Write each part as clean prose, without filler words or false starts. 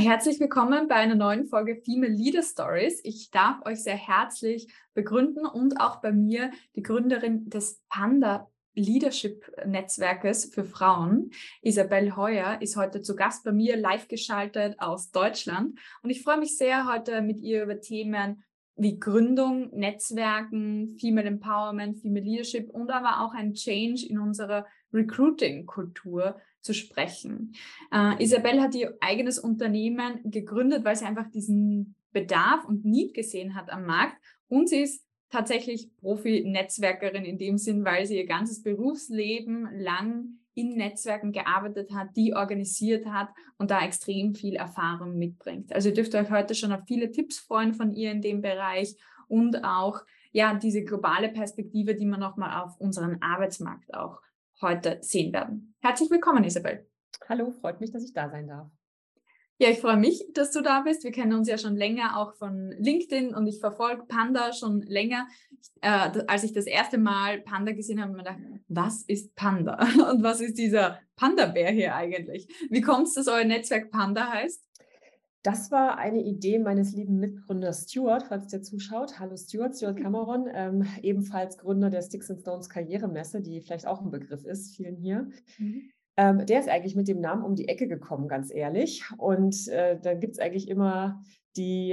herzlich willkommen bei einer neuen Folge Female Leader Stories. Ich darf euch sehr herzlich begründen und auch bei mir die Gründerin des Panda Leadership Netzwerkes für Frauen. Isabel Heuer ist heute zu Gast bei mir, live geschaltet aus Deutschland. Und ich freue mich sehr, heute mit ihr über Themen wie Gründung, Netzwerken, Female Empowerment, Female Leadership und aber auch ein Change in unserer Recruiting-Kultur zu sprechen. Isabel hat ihr eigenes Unternehmen gegründet, weil sie einfach diesen Bedarf und Need gesehen hat am Markt. Und sie ist tatsächlich Profi-Netzwerkerin in dem Sinn, weil sie ihr ganzes Berufsleben lang in Netzwerken gearbeitet hat, die organisiert hat und da extrem viel Erfahrung mitbringt. Also ihr dürft euch heute schon auf viele Tipps freuen von ihr in dem Bereich und auch diese globale Perspektive, die wir nochmal auf unseren Arbeitsmarkt auch heute sehen werden. Herzlich willkommen, Isabel. Hallo, freut mich, dass ich da sein darf. Ja, ich freue mich, dass du da bist. Wir kennen uns ja schon länger, auch von LinkedIn, und ich verfolge Panda schon länger. Als ich das erste Mal Panda gesehen habe, habe ich mir gedacht, was ist Panda? Und was ist dieser Panda-Bär hier eigentlich? Wie kommt es, dass euer Netzwerk Panda heißt? Das war eine Idee meines lieben Mitgründers Stuart, falls der zuschaut. Hallo Stuart Cameron, ebenfalls Gründer der Sticks and Stones Karrieremesse, die vielleicht auch ein Begriff ist, vielen hier. Der ist eigentlich mit dem Namen um die Ecke gekommen, ganz ehrlich. Und dann gibt es eigentlich immer die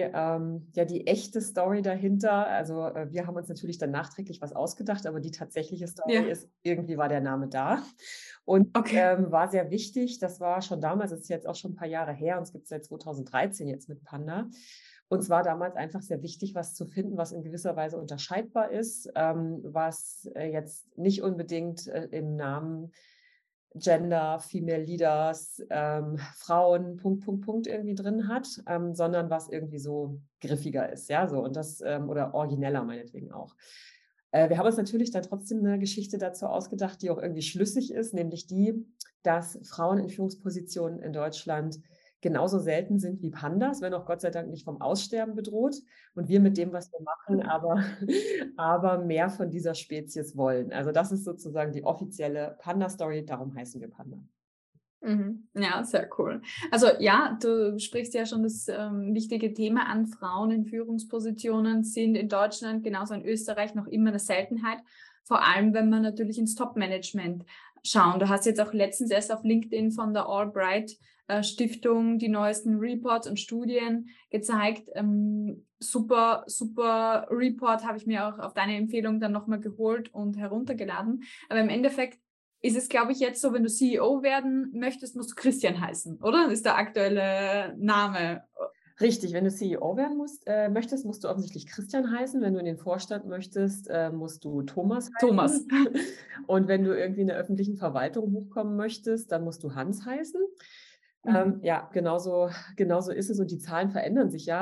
echte Story dahinter. Also wir haben uns natürlich dann nachträglich was ausgedacht, aber die tatsächliche Story ist, irgendwie war der Name da. Und war sehr wichtig. Das war schon damals, das ist jetzt auch schon ein paar Jahre her, und es gibt es seit 2013 jetzt mit Panda. Und es war damals einfach sehr wichtig, was zu finden, was in gewisser Weise unterscheidbar ist, was jetzt nicht unbedingt im Namen Gender, Female Leaders, Frauen, Punkt irgendwie drin hat, sondern was irgendwie so griffiger ist, ja, so, und das, oder origineller meinetwegen auch. Wir haben uns natürlich dann trotzdem eine Geschichte dazu ausgedacht, die auch irgendwie schlüssig ist, nämlich die, dass Frauen in Führungspositionen in Deutschland genauso selten sind wie Pandas, wenn auch Gott sei Dank nicht vom Aussterben bedroht. Und wir mit dem, was wir machen, aber mehr von dieser Spezies wollen. Also das ist sozusagen die offizielle Panda-Story, darum heißen wir Panda. Ja, sehr cool. Also ja, du sprichst ja schon das wichtige Thema an. Frauen in Führungspositionen sind in Deutschland, genauso in Österreich, noch immer eine Seltenheit. Vor allem, wenn man natürlich ins Top-Management schauen. Du hast jetzt auch letztens erst auf LinkedIn von der Albright Stiftung die neuesten Reports und Studien gezeigt. Super Report, habe ich mir auch auf deine Empfehlung dann nochmal geholt und heruntergeladen. Aber im Endeffekt ist es, glaube ich, jetzt so, wenn du CEO werden möchtest, musst du Christian heißen, oder? Das ist der aktuelle Name. Richtig, wenn du CEO werden möchtest, musst du offensichtlich Christian heißen. Wenn du in den Vorstand möchtest, musst du Thomas heißen. Thomas. Und wenn du irgendwie in der öffentlichen Verwaltung hochkommen möchtest, dann musst du Hans heißen. Genauso ist es, und die Zahlen verändern sich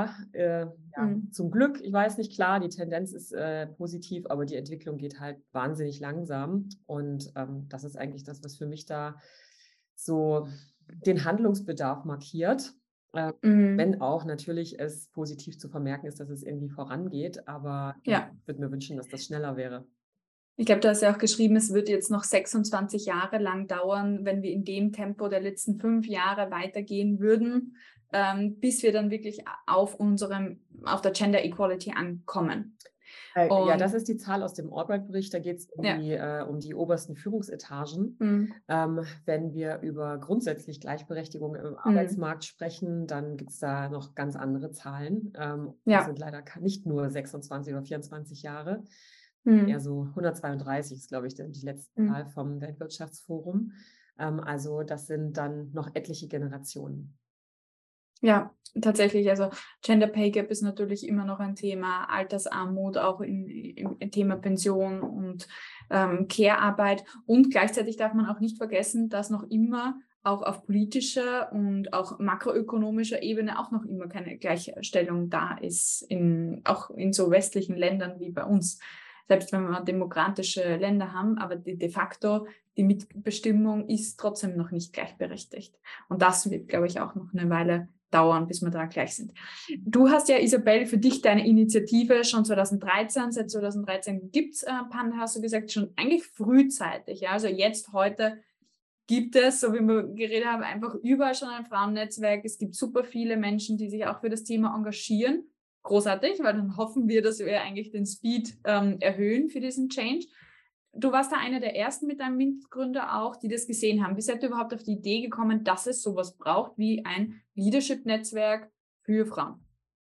zum Glück. Ich weiß nicht, klar, die Tendenz ist positiv, aber die Entwicklung geht halt wahnsinnig langsam, und das ist eigentlich das, was für mich da so den Handlungsbedarf markiert. Wenn auch natürlich es positiv zu vermerken ist, dass es irgendwie vorangeht, aber ich würde mir wünschen, dass das schneller wäre. Ich glaube, du hast ja auch geschrieben, es wird jetzt noch 26 Jahre lang dauern, wenn wir in dem Tempo der letzten 5 Jahre weitergehen würden, bis wir dann wirklich auf der Gender Equality ankommen. Das ist die Zahl aus dem Albright-Bericht. Da geht es um die obersten Führungsetagen. Wenn wir über grundsätzlich Gleichberechtigung im Arbeitsmarkt sprechen, dann gibt es da noch ganz andere Zahlen. Das sind leider nicht nur 26 oder 24 Jahre. Eher so 132 ist, glaube ich, die letzte Zahl vom Weltwirtschaftsforum. Also das sind dann noch etliche Generationen. Ja, tatsächlich. Also Gender Pay Gap ist natürlich immer noch ein Thema, Altersarmut auch im Thema Pension und Care-Arbeit. Und gleichzeitig darf man auch nicht vergessen, dass noch immer auch auf politischer und auch makroökonomischer Ebene auch noch immer keine Gleichstellung da ist, auch in so westlichen Ländern wie bei uns. Selbst wenn wir demokratische Länder haben, aber de facto die Mitbestimmung ist trotzdem noch nicht gleichberechtigt. Und das wird, glaube ich, auch noch eine Weile dauern, bis wir da gleich sind. Du hast ja, Isabel, für dich deine Initiative schon 2013, seit 2013 gibt es Panda, hast du gesagt, schon eigentlich frühzeitig. Ja? Also jetzt heute gibt es, so wie wir geredet haben, einfach überall schon ein Frauennetzwerk. Es gibt super viele Menschen, die sich auch für das Thema engagieren. Großartig, weil dann hoffen wir, dass wir eigentlich den Speed erhöhen für diesen Change. Du warst da einer der ersten mit deinem Mitgründer auch, die das gesehen haben. Wie seid ihr überhaupt auf die Idee gekommen, dass es sowas braucht wie ein Leadership-Netzwerk für Frauen?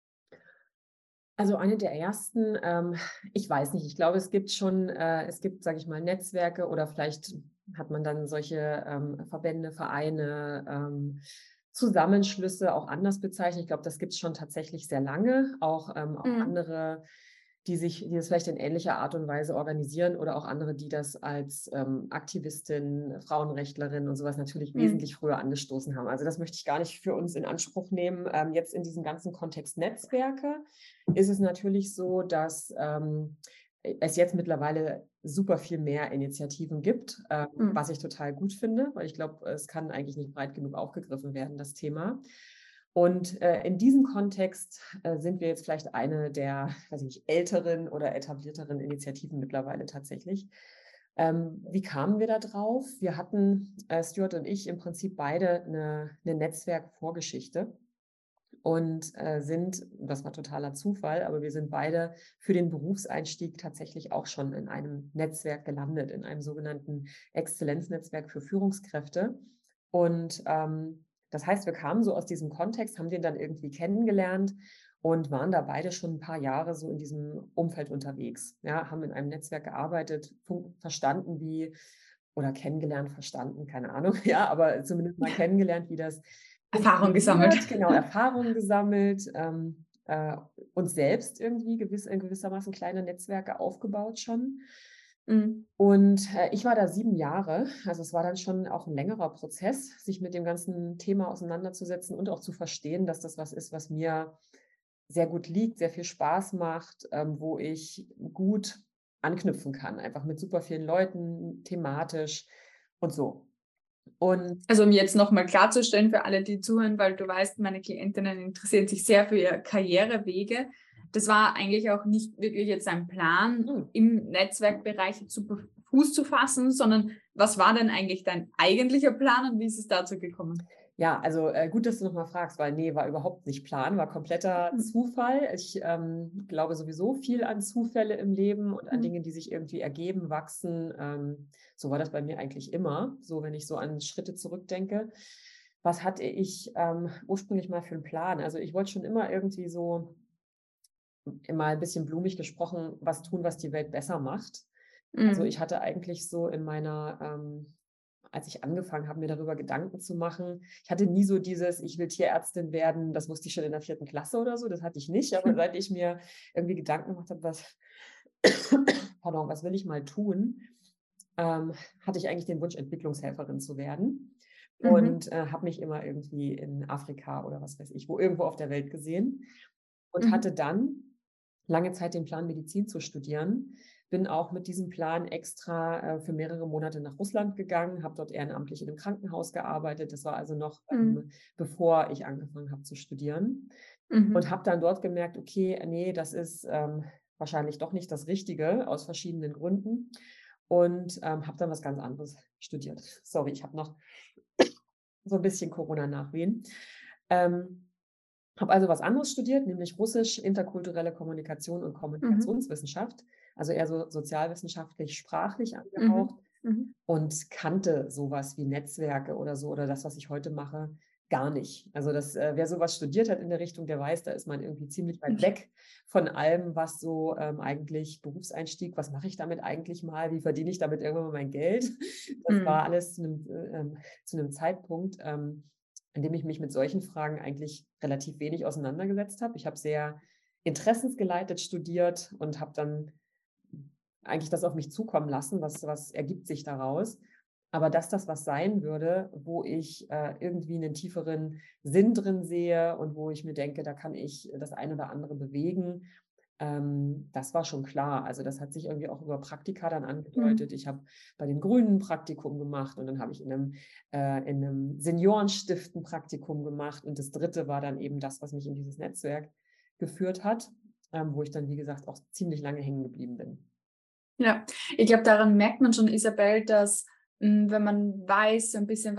Also eine der ersten, ich weiß nicht, ich glaube, es gibt schon, sage ich mal, Netzwerke oder vielleicht hat man dann solche Verbände, Vereine, Zusammenschlüsse auch anders bezeichnet. Ich glaube, das gibt es schon tatsächlich sehr lange. Auch Mhm. andere, die das vielleicht in ähnlicher Art und Weise organisieren oder auch andere, die das als Aktivistin, Frauenrechtlerin und sowas natürlich Mhm. wesentlich früher angestoßen haben. Also das möchte ich gar nicht für uns in Anspruch nehmen. Jetzt in diesem ganzen Kontext Netzwerke ist es natürlich so, dass es jetzt mittlerweile super viel mehr Initiativen gibt, Mhm. was ich total gut finde, weil ich glaube, es kann eigentlich nicht breit genug aufgegriffen werden, das Thema. Und in diesem Kontext sind wir jetzt vielleicht eine der, weiß ich nicht, älteren oder etablierteren Initiativen mittlerweile tatsächlich. Wie kamen wir da drauf? Wir hatten, Stuart und ich, im Prinzip beide eine Netzwerkvorgeschichte und sind, das war totaler Zufall, aber wir sind beide für den Berufseinstieg tatsächlich auch schon in einem Netzwerk gelandet, in einem sogenannten Exzellenznetzwerk für Führungskräfte. Und das heißt, wir kamen so aus diesem Kontext, haben den dann irgendwie kennengelernt und waren da beide schon ein paar Jahre so in diesem Umfeld unterwegs. Ja, haben in einem Netzwerk gearbeitet, verstanden wie, oder kennengelernt, verstanden, keine Ahnung, ja, aber zumindest mal kennengelernt, wie das Erfahrung gesammelt. funktioniert, genau, Erfahrungen gesammelt, uns selbst irgendwie in gewissermaßen kleine Netzwerke aufgebaut schon. Mhm. Und ich war da 7 Jahre, also es war dann schon auch ein längerer Prozess, sich mit dem ganzen Thema auseinanderzusetzen und auch zu verstehen, dass das was ist, was mir sehr gut liegt, sehr viel Spaß macht, wo ich gut anknüpfen kann, einfach mit super vielen Leuten, thematisch und so. Und Also um jetzt nochmal klarzustellen für alle, die zuhören, weil du weißt, meine Klientinnen interessieren sich sehr für ihre Karrierewege. Das war eigentlich auch nicht wirklich jetzt ein Plan, hm, im Netzwerkbereich zu Fuß zu fassen, sondern was war denn eigentlich dein eigentlicher Plan und wie ist es dazu gekommen? Ja, also gut, dass du nochmal fragst, weil nee, war überhaupt nicht Plan, war kompletter Mhm. Zufall. Ich glaube sowieso viel an Zufälle im Leben und an Mhm. Dinge, die sich irgendwie ergeben, wachsen. So war das bei mir eigentlich immer, so wenn ich so an Schritte zurückdenke. Was hatte ich ursprünglich mal für einen Plan? Also ich wollte schon immer irgendwie so, mal ein bisschen blumig gesprochen, was tun, was die Welt besser macht. Also Mhm. ich hatte eigentlich so in meiner als ich angefangen habe, mir darüber Gedanken zu machen. Ich hatte nie so dieses, ich will Tierärztin werden, das wusste ich schon in der 4. Klasse oder so, das hatte ich nicht, aber seit ich mir irgendwie Gedanken gemacht habe, pardon, was will ich mal tun, hatte ich eigentlich den Wunsch, Entwicklungshelferin zu werden Mhm. und habe mich immer irgendwie in Afrika oder was weiß ich, wo irgendwo auf der Welt gesehen und hatte Mhm. dann lange Zeit den Plan, Medizin zu studieren. Bin auch mit diesem Plan extra für mehrere Monate nach Russland gegangen, habe dort ehrenamtlich in einem Krankenhaus gearbeitet. Das war also noch Mhm. bevor ich angefangen habe zu studieren und Mhm. habe dann dort gemerkt, okay, nee, das ist wahrscheinlich doch nicht das Richtige aus verschiedenen Gründen und habe dann was ganz anderes studiert. Sorry, ich habe noch so ein bisschen Corona-Nachwehen. Ähm, Habe also was anderes studiert, nämlich Russisch, interkulturelle Kommunikation und Mhm. Kommunikationswissenschaft, also eher so sozialwissenschaftlich, sprachlich angehaucht Mhm. Mhm. und kannte sowas wie Netzwerke oder so oder das, was ich heute mache, gar nicht. Also das, wer sowas studiert hat in der Richtung, der weiß, da ist man irgendwie ziemlich weit Mhm. weg von allem, was so eigentlich Berufseinstieg, was mache ich damit eigentlich mal, wie verdiene ich damit irgendwann mal mein Geld? Das war Mhm. alles zu einem Zeitpunkt, in dem ich mich mit solchen Fragen eigentlich relativ wenig auseinandergesetzt habe. Ich habe sehr interessensgeleitet studiert und habe dann eigentlich das auf mich zukommen lassen, was ergibt sich daraus. Aber dass das was sein würde, wo ich irgendwie einen tieferen Sinn drin sehe und wo ich mir denke, da kann ich das ein oder andere bewegen, das war schon klar. Also das hat sich irgendwie auch über Praktika dann angedeutet. Mhm. Ich habe bei den Grünen ein Praktikum gemacht und dann habe ich in einem Seniorenstift ein Praktikum gemacht. Und das dritte war dann eben das, was mich in dieses Netzwerk geführt hat, wo ich dann, wie gesagt, auch ziemlich lange hängen geblieben bin. Ja, ich glaube, daran merkt man schon, Isabel, dass wenn man weiß so ein bisschen,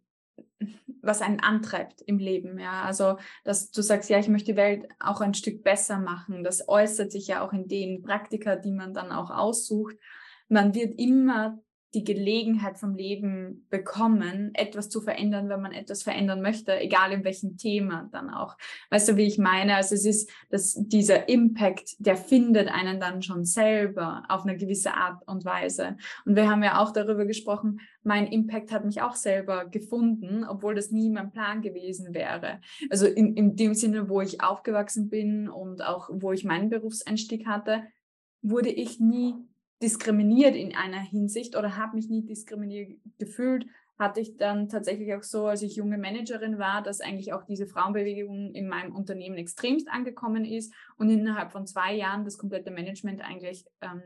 was einen antreibt im Leben, ja. Also, dass du sagst, ja, ich möchte die Welt auch ein Stück besser machen. Das äußert sich ja auch in den Praktika, die man dann auch aussucht. Man wird immer die Gelegenheit vom Leben bekommen, etwas zu verändern, wenn man etwas verändern möchte, egal in welchem Thema dann auch. Weißt du, wie ich meine? Also es ist, dass dieser Impact, der findet einen dann schon selber auf eine gewisse Art und Weise. Und wir haben ja auch darüber gesprochen, mein Impact hat mich auch selber gefunden, obwohl das nie mein Plan gewesen wäre. Also in dem Sinne, wo ich aufgewachsen bin und auch wo ich meinen Berufseinstieg hatte, wurde ich nie diskriminiert in einer Hinsicht oder habe mich nie diskriminiert gefühlt. Hatte ich dann tatsächlich auch so, als ich junge Managerin war, dass eigentlich auch diese Frauenbewegung in meinem Unternehmen extremst angekommen ist und innerhalb von 2 Jahren das komplette Management eigentlich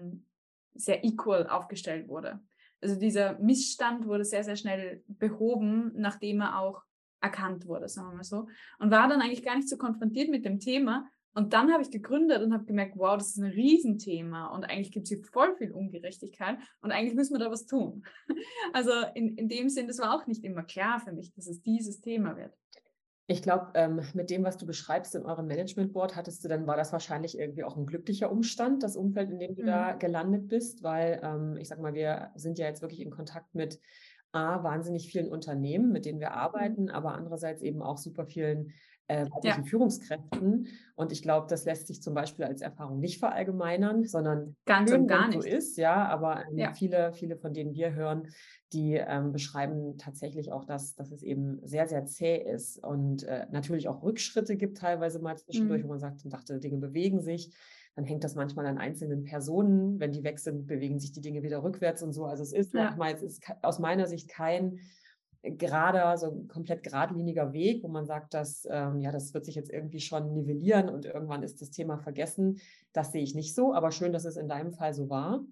sehr equal aufgestellt wurde. Also dieser Missstand wurde sehr, sehr schnell behoben, nachdem er auch erkannt wurde, sagen wir mal so. Und war dann eigentlich gar nicht so konfrontiert mit dem Thema. Und dann habe ich gegründet und habe gemerkt, wow, das ist ein Riesenthema und eigentlich gibt es hier voll viel Ungerechtigkeit und eigentlich müssen wir da was tun. Also in dem Sinn, das war auch nicht immer klar für mich, dass es dieses Thema wird. Ich glaube, mit dem, was du beschreibst in eurem Management-Board, war das wahrscheinlich irgendwie auch ein glücklicher Umstand, das Umfeld, in dem du da gelandet bist, weil ich sag mal, wir sind ja jetzt wirklich in Kontakt mit wahnsinnig vielen Unternehmen, mit denen wir arbeiten, aber andererseits eben auch super vielen weiblichen Führungskräften. Und ich glaube, das lässt sich zum Beispiel als Erfahrung nicht verallgemeinern, sondern Ganz und schön, wenn gar es so nicht. ist, ja, aber Ja. viele von denen wir hören, die beschreiben tatsächlich auch, dass es eben sehr, sehr zäh ist und natürlich auch Rückschritte gibt teilweise mal zwischendurch, wo man sagt und dachte, Dinge bewegen sich. Dann hängt das manchmal an einzelnen Personen. Wenn die weg sind, bewegen sich die Dinge wieder rückwärts und so. Also es ist manchmal, es ist aus meiner Sicht kein gerader, so komplett geradliniger Weg, wo man sagt, dass das wird sich jetzt irgendwie schon nivellieren und irgendwann ist das Thema vergessen. Das sehe ich nicht so, aber schön, dass es in deinem Fall so war.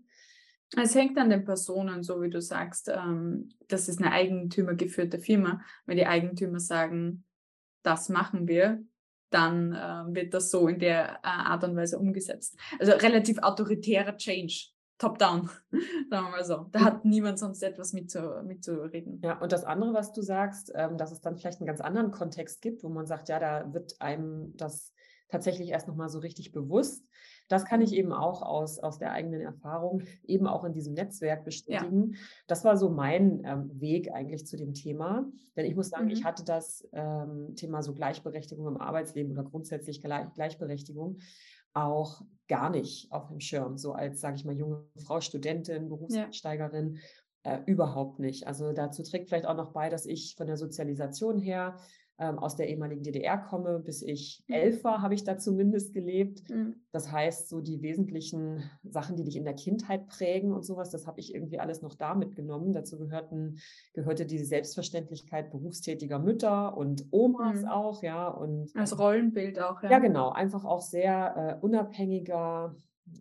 Es hängt an den Personen, so wie du sagst. Das ist eine eigentümergeführte Firma. Wenn die Eigentümer sagen, das machen wir, dann wird das so in der Art und Weise umgesetzt. Also relativ autoritärer Change, top-down, sagen wir mal so. Da hat niemand sonst etwas mitzureden. Ja, und das andere, was du sagst, dass es dann vielleicht einen ganz anderen Kontext gibt, wo man sagt, ja, da wird einem das tatsächlich erst nochmal so richtig bewusst. Das kann ich eben auch aus der eigenen Erfahrung eben auch in diesem Netzwerk bestätigen. Das war so mein Weg eigentlich zu dem Thema. Denn ich muss sagen, ich hatte das Thema so Gleichberechtigung im Arbeitsleben oder grundsätzlich Gleichberechtigung auch gar nicht auf dem Schirm, so als, sage ich mal, junge Frau, Studentin, Berufseinsteigerin. Überhaupt nicht. Also dazu trägt vielleicht auch noch bei, dass ich von der Sozialisation her aus der ehemaligen DDR komme. Bis ich 11 war, habe ich da zumindest gelebt. Das heißt, so die wesentlichen Sachen, die dich in der Kindheit prägen und sowas, das habe ich irgendwie alles noch da mitgenommen. Dazu gehörte diese Selbstverständlichkeit berufstätiger Mütter und Omas auch, ja. Und als Rollenbild auch, ja, genau, einfach auch sehr unabhängiger,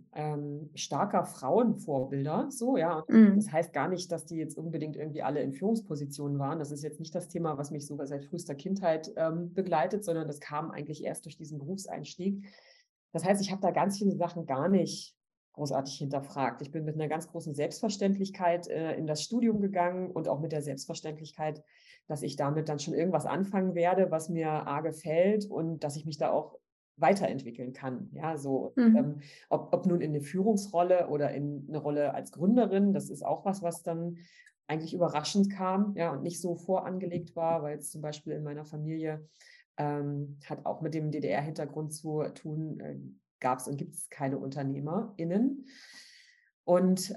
starker Frauenvorbilder, so, ja. Das heißt gar nicht, dass die jetzt unbedingt irgendwie alle in Führungspositionen waren. Das ist jetzt nicht das Thema, was mich sogar seit frühester Kindheit begleitet, sondern das kam eigentlich erst durch diesen Berufseinstieg. Das heißt, ich habe da ganz viele Sachen gar nicht großartig hinterfragt. Ich bin mit einer ganz großen Selbstverständlichkeit in das Studium gegangen und auch mit der Selbstverständlichkeit, dass ich damit dann schon irgendwas anfangen werde, was mir gefällt und dass ich mich da auch weiterentwickeln kann. Ja, so, ob nun in eine Führungsrolle oder in eine Rolle als Gründerin, das ist auch was dann eigentlich überraschend kam, ja, und nicht so vorangelegt war, weil es zum Beispiel in meiner Familie hat auch mit dem DDR-Hintergrund zu tun, gab es und gibt es keine UnternehmerInnen. Und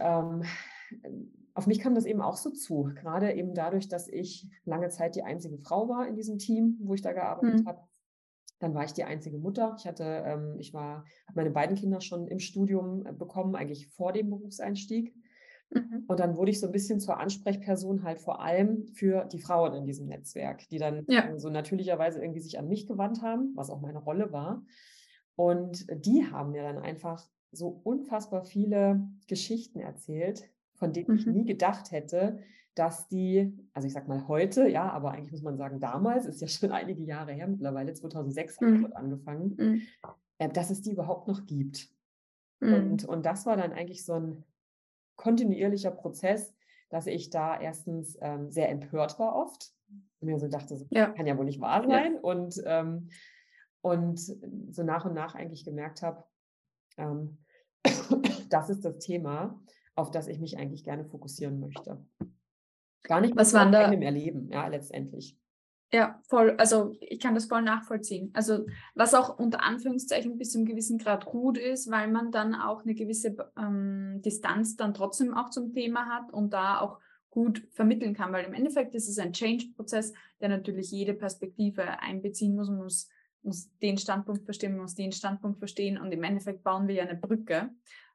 auf mich kam das eben auch so zu, gerade eben dadurch, dass ich lange Zeit die einzige Frau war in diesem Team, wo ich da gearbeitet habe. Dann war ich die einzige Mutter. Ich habe meine beiden Kinder schon im Studium bekommen, eigentlich vor dem Berufseinstieg. Und dann wurde ich so ein bisschen zur Ansprechperson halt vor allem für die Frauen in diesem Netzwerk, die dann so natürlicherweise irgendwie sich an mich gewandt haben, was auch meine Rolle war. Und die haben mir dann einfach so unfassbar viele Geschichten erzählt, von denen ich nie gedacht hätte, dass die, also ich sag mal heute, ja, aber eigentlich muss man sagen, damals, ist ja schon einige Jahre her, mittlerweile 2006 habe ich dort angefangen, dass es die überhaupt noch gibt. Und das war dann eigentlich so ein kontinuierlicher Prozess, dass ich da erstens sehr empört war oft. Und mir so dachte, so, Ja. kann ja wohl nicht wahr Ja. sein. Und so nach und nach eigentlich gemerkt habe, das ist das Thema, auf das ich mich eigentlich gerne fokussieren möchte. Gar nicht mal Was so auf waren da eigenem Erleben, ja, letztendlich. Ja, voll. Also ich kann das voll nachvollziehen. Also was auch unter Anführungszeichen bis zu einem gewissen Grad gut ist, weil man dann auch eine gewisse Distanz dann trotzdem auch zum Thema hat und da auch gut vermitteln kann, weil im Endeffekt ist es ein Change-Prozess, der natürlich jede Perspektive einbeziehen muss. Man muss den Standpunkt verstehen, man muss den Standpunkt verstehen und im Endeffekt bauen wir ja eine Brücke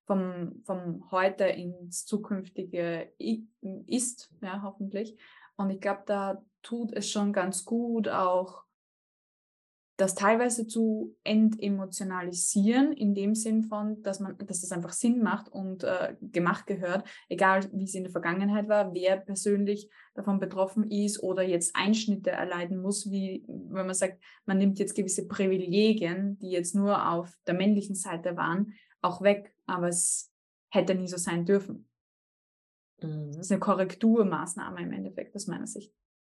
vom Heute ins zukünftige Ist, ja, hoffentlich. Und ich glaube, da tut es schon ganz gut, auch das teilweise zu entemotionalisieren, in dem Sinn von, dass es einfach Sinn macht und gemacht gehört, egal wie es in der Vergangenheit war, wer persönlich davon betroffen ist oder jetzt Einschnitte erleiden muss, wie wenn man sagt, man nimmt jetzt gewisse Privilegien, die jetzt nur auf der männlichen Seite waren, auch weg, aber es hätte nie so sein dürfen. Das ist eine Korrekturmaßnahme im Endeffekt aus meiner Sicht.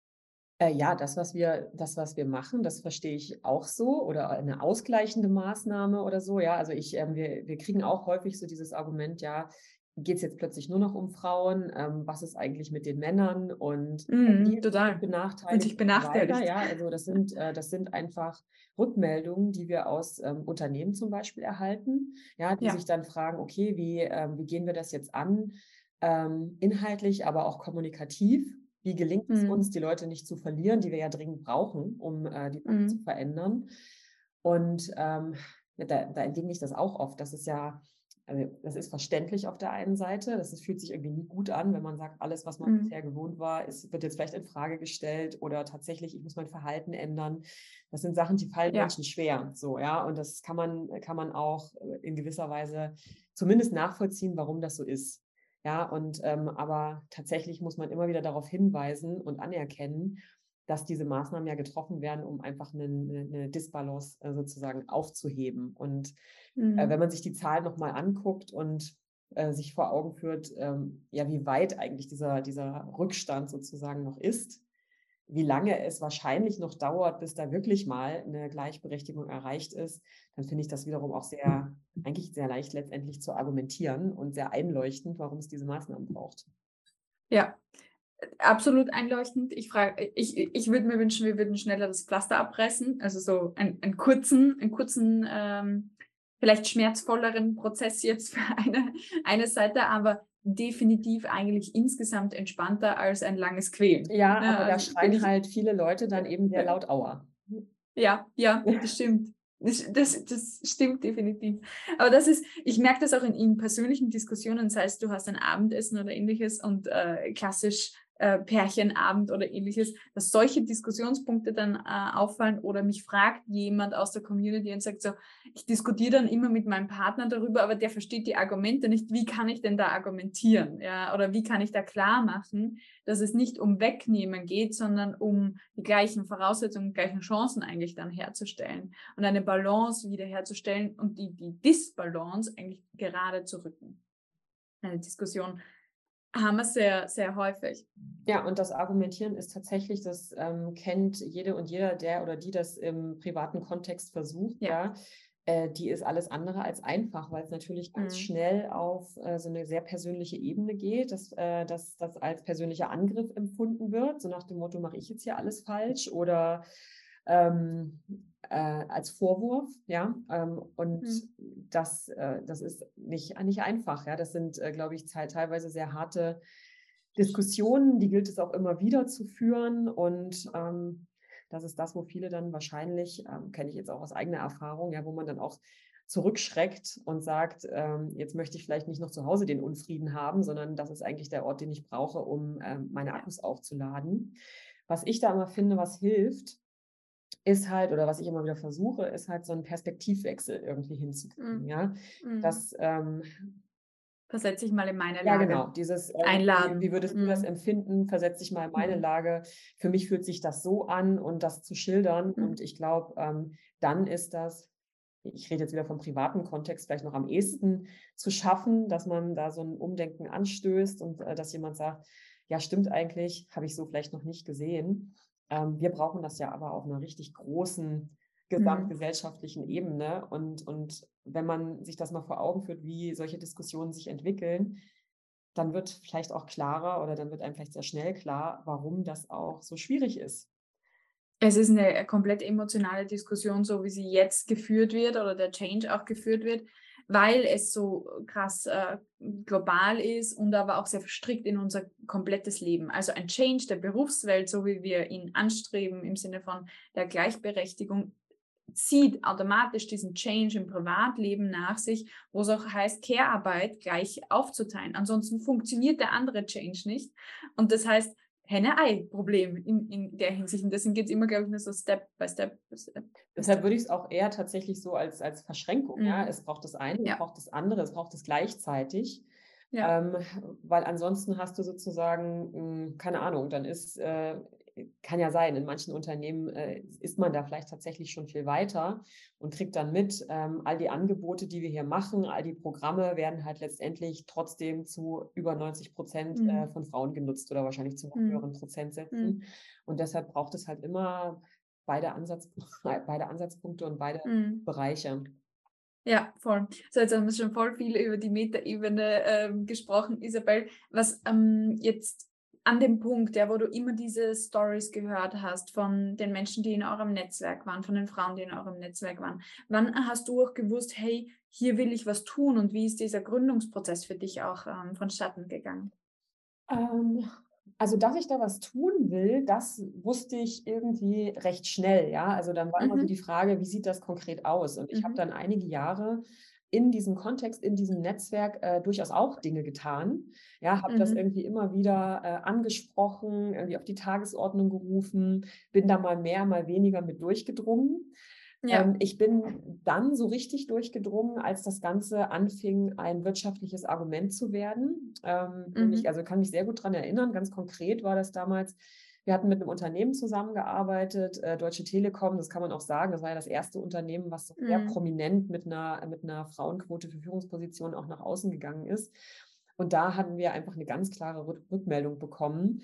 Ja, das, was wir machen, das verstehe ich auch so oder eine ausgleichende Maßnahme oder so. Ja, also wir kriegen auch häufig so dieses Argument, ja, geht es jetzt plötzlich nur noch um Frauen? Was ist eigentlich mit den Männern und die Total. Fühlt benachteiligt sich und so weiter? benachteiligt. Ja, also das sind einfach Rückmeldungen, die wir aus Unternehmen zum Beispiel erhalten, ja, die sich Ja. dann fragen, okay, wie gehen wir das jetzt an? Inhaltlich, aber auch kommunikativ. Wie gelingt es uns, Mhm. die Leute nicht zu verlieren, die wir ja dringend brauchen, um die Sache zu Mhm. verändern? Und da entgegne ich das auch oft. Also das ist verständlich auf der einen Seite. Fühlt sich irgendwie nie gut an, wenn man sagt, alles, was man Mhm. bisher gewohnt war, wird jetzt vielleicht in Frage gestellt oder tatsächlich, ich muss mein Verhalten ändern. Das sind Sachen, die fallen Ja. Menschen schwer. So, ja. Und das kann man auch in gewisser Weise zumindest nachvollziehen, warum das so ist. Ja, aber tatsächlich muss man immer wieder darauf hinweisen und anerkennen, dass diese Maßnahmen ja getroffen werden, um einfach eine Disbalance sozusagen aufzuheben. Und wenn Mhm. man sich die Zahlen nochmal anguckt und sich vor Augen führt, ja, wie weit eigentlich dieser Rückstand sozusagen noch ist, wie lange es wahrscheinlich noch dauert, bis da wirklich mal eine Gleichberechtigung erreicht ist, dann finde ich das wiederum auch eigentlich sehr leicht letztendlich zu argumentieren und sehr einleuchtend, warum es diese Maßnahmen braucht. Ja, absolut einleuchtend. Ich würde mir wünschen, wir würden schneller das Pflaster abreißen, also so einen kurzen, vielleicht schmerzvolleren Prozess jetzt für eine Seite, aber definitiv eigentlich insgesamt entspannter als ein langes Quälen. Ja, Ne, aber da also bin schreien ich halt viele Leute dann eben sehr laut Aua. Ja, das stimmt. Das stimmt definitiv. Aber ich merke das auch in persönlichen Diskussionen, sei es du hast ein Abendessen oder ähnliches und klassisch Pärchenabend oder ähnliches, dass solche Diskussionspunkte dann auffallen oder mich fragt jemand aus der Community und sagt so, ich diskutiere dann immer mit meinem Partner darüber, aber der versteht die Argumente nicht. Wie kann ich denn da argumentieren? Ja, oder wie kann ich da klar machen, dass es nicht um Wegnehmen geht, sondern um die gleichen Voraussetzungen, gleichen Chancen eigentlich dann herzustellen und eine Balance wiederherzustellen und die Disbalance eigentlich gerade zu rücken. Eine Diskussion haben wir sehr, sehr häufig. Ja, und das Argumentieren ist tatsächlich, das kennt jede und jeder, der oder die das im privaten Kontext versucht, Ja. ja, die ist alles andere als einfach, weil es natürlich ganz Mhm. schnell auf so eine sehr persönliche Ebene geht, dass das als persönlicher Angriff empfunden wird, so nach dem Motto, mache ich jetzt hier alles falsch oder als Vorwurf, ja, und Mhm. das ist nicht einfach, ja, das sind, glaube ich, teilweise sehr harte Diskussionen, die gilt es auch immer wieder zu führen und das ist das, wo viele dann wahrscheinlich, kenne ich jetzt auch aus eigener Erfahrung, ja, wo man dann auch zurückschreckt und sagt, jetzt möchte ich vielleicht nicht noch zu Hause den Unfrieden haben, sondern das ist eigentlich der Ort, den ich brauche, um meine Ja. Akkus aufzuladen. Was ich da immer finde, was hilft, ist halt, oder was ich immer wieder versuche, ist halt so einen Perspektivwechsel irgendwie hinzukriegen, Mhm. ja. Mhm. Das, Versetze ich mal in meine ja, Lage. genau, dieses, wie Einladen. würdest du das Mhm. empfinden? Versetz dich mal in meine Mhm. Lage. Für mich fühlt sich das so an und das zu schildern. Und Mhm. ich glaube, dann ist das ich rede jetzt wieder vom privaten Kontext, vielleicht noch am ehesten zu schaffen, dass man da so ein Umdenken anstößt und dass jemand sagt, ja, stimmt eigentlich, habe ich so vielleicht noch nicht gesehen. Wir brauchen das ja aber auf einer richtig großen gesamtgesellschaftlichen Ebene. Und wenn man sich das mal vor Augen führt, wie solche Diskussionen sich entwickeln, dann wird vielleicht auch klarer oder dann wird einem vielleicht sehr schnell klar, warum das auch so schwierig ist. Es ist eine komplett emotionale Diskussion, so wie sie jetzt geführt wird oder der Change auch geführt wird, weil es so krass global ist und aber auch sehr verstrickt in unser komplettes Leben. Also ein Change der Berufswelt, so wie wir ihn anstreben im Sinne von der Gleichberechtigung, zieht automatisch diesen Change im Privatleben nach sich, wo es auch heißt, Care-Arbeit gleich aufzuteilen. Ansonsten funktioniert der andere Change nicht. Und das heißt, Henne-Ei-Problem in der Hinsicht. Und deswegen geht es immer, glaube ich, nur so Step by Step. Deshalb würde ich es auch eher tatsächlich so als Verschränkung, ja. Es braucht das eine, es Ja, braucht das andere, es braucht es gleichzeitig. ja. Weil ansonsten hast du sozusagen, keine Ahnung, dann kann ja sein, in manchen Unternehmen ist man da vielleicht tatsächlich schon viel weiter und kriegt dann mit, all die Angebote, die wir hier machen, all die Programme werden halt letztendlich trotzdem zu über 90% von Frauen genutzt oder wahrscheinlich zu noch höheren Prozentsätzen. Und deshalb braucht es halt immer beide Ansatzpunkte und beide Bereiche. Ja, voll. So, jetzt haben wir schon voll viel über die Metaebene gesprochen, Isabel. Was jetzt an dem Punkt, ja, wo du immer diese Stories gehört hast von den Menschen, die in eurem Netzwerk waren, von den Frauen, die in eurem Netzwerk waren, wann hast du auch gewusst, hey, hier will ich was tun, und wie ist dieser Gründungsprozess für dich auch vonstatten gegangen? Ähm, also, dass ich da was tun will, das wusste ich irgendwie recht schnell, ja. Also, dann war immer so Mhm, die Frage: „Wie sieht das konkret aus?“ Und ich habe mhm, dann einige Jahre in diesem Kontext, in diesem Netzwerk, durchaus auch Dinge getan. Ja, habe das mhm. irgendwie immer wieder, angesprochen, irgendwie auf die Tagesordnung gerufen, bin da mal mehr, mal weniger mit durchgedrungen. Ja. Ich bin dann so richtig durchgedrungen, als das Ganze anfing, ein wirtschaftliches Argument zu werden. Nämlich, Mhm. also kann mich sehr gut dran erinnern, ganz konkret war das damals, wir hatten mit einem Unternehmen zusammengearbeitet, Deutsche Telekom, das kann man auch sagen, das war ja das erste Unternehmen, was so sehr Mhm. prominent mit einer Frauenquote für Führungspositionen auch nach außen gegangen ist. Und da hatten wir einfach eine ganz klare Rückmeldung bekommen,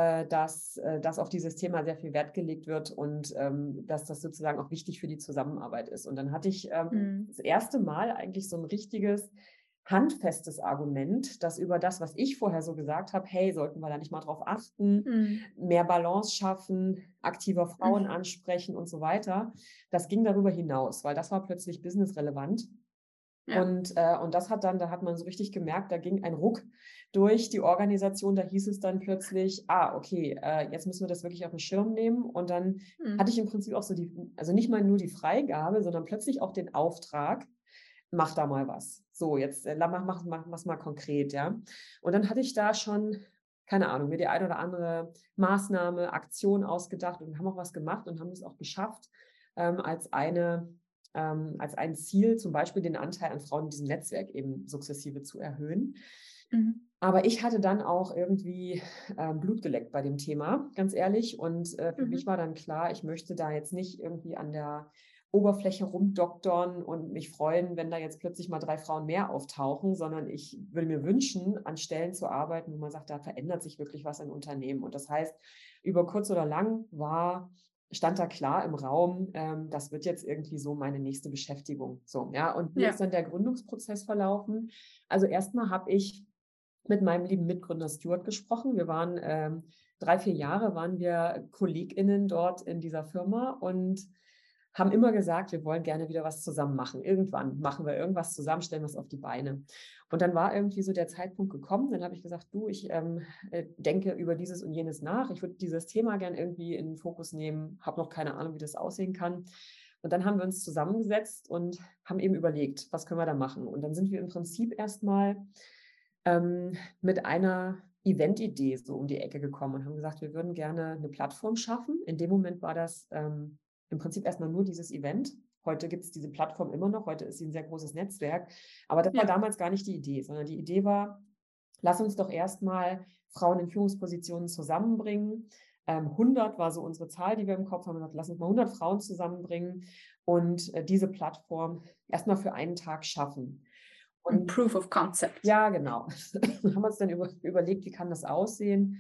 dass auf dieses Thema sehr viel Wert gelegt wird und dass das sozusagen auch wichtig für die Zusammenarbeit ist. Und dann hatte ich Mhm. das erste Mal eigentlich so ein richtiges handfestes Argument, das über das, was ich vorher so gesagt habe, hey, sollten wir da nicht mal drauf achten, Mhm. mehr Balance schaffen, aktiver Frauen Mhm. ansprechen und so weiter. Das ging darüber hinaus, weil das war plötzlich businessrelevant. Ja. Und da hat man so richtig gemerkt, da ging ein Ruck durch die Organisation. Da hieß es dann plötzlich, okay, jetzt müssen wir das wirklich auf den Schirm nehmen. Und dann Mhm. hatte ich im Prinzip auch so also nicht mal nur die Freigabe, sondern plötzlich auch den Auftrag, mach da mal was. So, jetzt mach's mal konkret, ja. Und dann hatte ich da schon, keine Ahnung, mir die eine oder andere Maßnahme, Aktion ausgedacht und haben auch was gemacht und haben es auch geschafft, ähm, als eine als ein Ziel, zum Beispiel den Anteil an Frauen in diesem Netzwerk eben sukzessive zu erhöhen. Mhm. Aber ich hatte dann auch irgendwie Blut geleckt bei dem Thema, ganz ehrlich. Und für mich Mhm. war dann klar, ich möchte da jetzt nicht irgendwie an der Oberfläche rumdoktern und mich freuen, wenn da jetzt plötzlich mal 3 Frauen mehr auftauchen, sondern ich würde mir wünschen, an Stellen zu arbeiten, wo man sagt, da verändert sich wirklich was in Unternehmen. Und das heißt, über kurz oder lang stand da klar im Raum, das wird jetzt irgendwie so meine nächste Beschäftigung. So, ja. Und wie ist Ja. dann der Gründungsprozess verlaufen? Also erstmal habe ich mit meinem lieben Mitgründer Stuart gesprochen. Wir waren 3, 4 Jahre waren wir KollegInnen dort in dieser Firma und haben immer gesagt, wir wollen gerne wieder was zusammen machen. Irgendwann machen wir irgendwas zusammen, stellen wir es auf die Beine. Und dann war irgendwie so der Zeitpunkt gekommen. Dann habe ich gesagt, du, ich denke über dieses und jenes nach. Ich würde dieses Thema gerne irgendwie in den Fokus nehmen, habe noch keine Ahnung, wie das aussehen kann. Und dann haben wir uns zusammengesetzt und haben eben überlegt, was können wir da machen. Und dann sind wir im Prinzip erstmal mit einer Eventidee so um die Ecke gekommen und haben gesagt, wir würden gerne eine Plattform schaffen. In dem Moment war das im Prinzip erstmal nur dieses Event. Heute gibt es diese Plattform immer noch, heute ist sie ein sehr großes Netzwerk. Aber das war Ja. damals gar nicht die Idee, sondern die Idee war, lass uns doch erstmal Frauen in Führungspositionen zusammenbringen, 100 war so unsere Zahl, die wir im Kopf haben. Wir haben gesagt, lass uns mal 100 Frauen zusammenbringen und diese Plattform erstmal für einen Tag schaffen. Und Proof of Concept. Ja, genau. Haben wir uns dann überlegt, wie kann das aussehen?